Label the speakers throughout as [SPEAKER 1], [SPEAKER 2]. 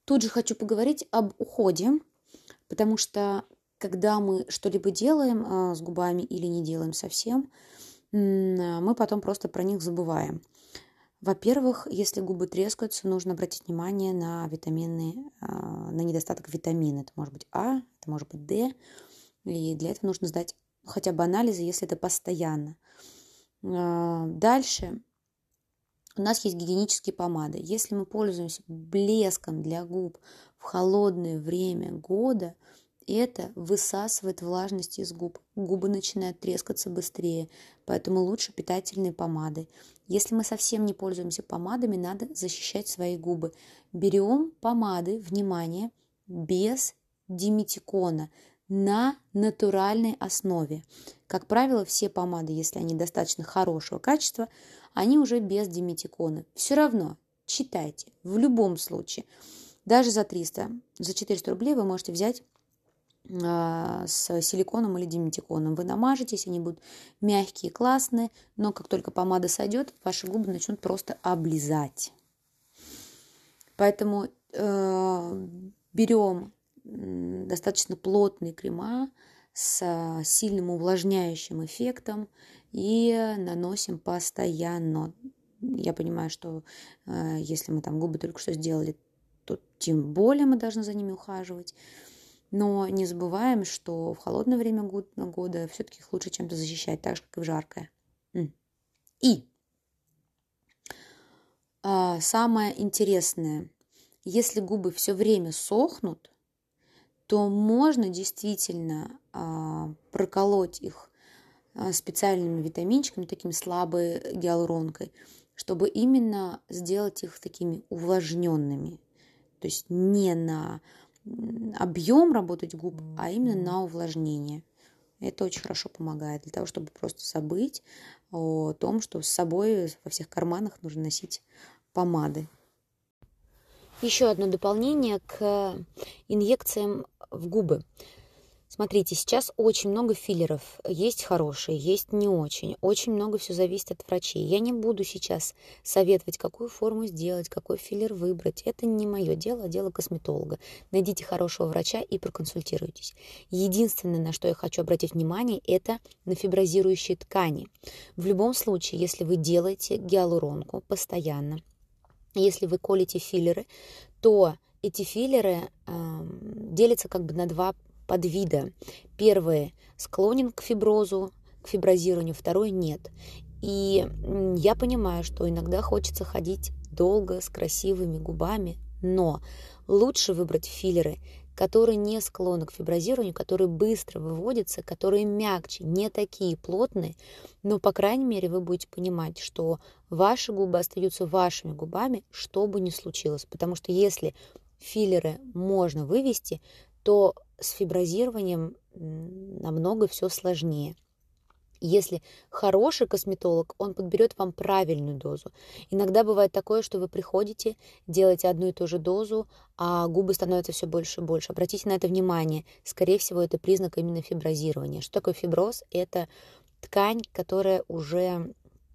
[SPEAKER 1] Тут же хочу поговорить об уходе, потому что когда мы что-либо делаем с губами или не делаем совсем, мы потом просто про них забываем. Во-первых, если губы трескаются, нужно обратить внимание на витамины, на недостаток витамина. Это может быть А, это может быть Д. И для этого нужно сдать хотя бы анализы, если это постоянно. Дальше у нас есть гигиенические помады. Если мы пользуемся блеском для губ в холодное время года, это высасывает влажность из губ. Губы начинают трескаться быстрее, поэтому лучше питательные помады. Если мы совсем не пользуемся помадами, надо защищать свои губы. Берем помады, внимание, без диметикона, на натуральной основе. Как правило, все помады, если они достаточно хорошего качества, они уже без диметикона. Все равно читайте, в любом случае. Даже за 300, за 400 рублей вы можете взять с силиконом или диметиконом. Вы намажетесь, они будут мягкие, классные, но как только помада сойдет, ваши губы начнут просто облизать. Поэтому берем достаточно плотные крема с сильным увлажняющим эффектом и наносим постоянно. Я понимаю, что если мы там губы только что сделали, то тем более мы должны за ними ухаживать. Но не забываем, что в холодное время года все-таки их лучше чем-то защищать, так же, как и в жаркое. И самое интересное, если губы все время сохнут, то можно действительно проколоть их специальными витаминчиками, такими слабой гиалуронкой, чтобы именно сделать их такими увлажненными. То есть не на объем работать губ, а именно на увлажнение. Это очень хорошо помогает для того, чтобы просто забыть о том, что с собой во всех карманах нужно носить помады. Еще одно дополнение к инъекциям в губы. Смотрите, сейчас очень много филлеров. Есть хорошие, есть не очень. Очень много все зависит от врачей. Я не буду сейчас советовать, какую форму сделать, какой филлер выбрать. Это не мое дело, а дело косметолога. Найдите хорошего врача и проконсультируйтесь. Единственное, на что я хочу обратить внимание, это на фиброзирующие ткани. В любом случае, если вы делаете гиалуронку постоянно, если вы колите филлеры, то эти филлеры делятся как бы на два подвида. Первый склонен к фиброзу, к фиброзированию, второй нет. И я понимаю, что иногда хочется ходить долго с красивыми губами, но лучше выбрать филлеры, которые не склонны к фиброзированию, которые быстро выводятся, которые мягче, не такие плотные, но, по крайней мере, вы будете понимать, что ваши губы остаются вашими губами, что бы ни случилось. Потому что если филлеры можно вывести, то с фиброзированием намного все сложнее. Если хороший косметолог, он подберет вам правильную дозу. Иногда бывает такое, что вы приходите, делаете одну и ту же дозу, а губы становятся все больше и больше. Обратите на это внимание. Скорее всего, это признак именно фиброзирования. Что такое фиброз? Это ткань, которая уже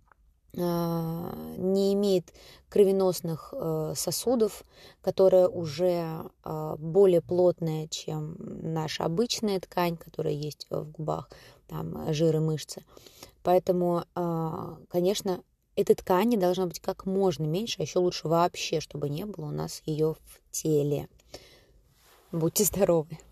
[SPEAKER 1] не имеет кровеносных сосудов, которая уже более плотная, чем наша обычная ткань, которая есть в губах, там жир и мышцы. Поэтому, конечно, этой ткани должно быть как можно меньше, а еще лучше вообще, чтобы не было у нас ее в теле. Будьте здоровы!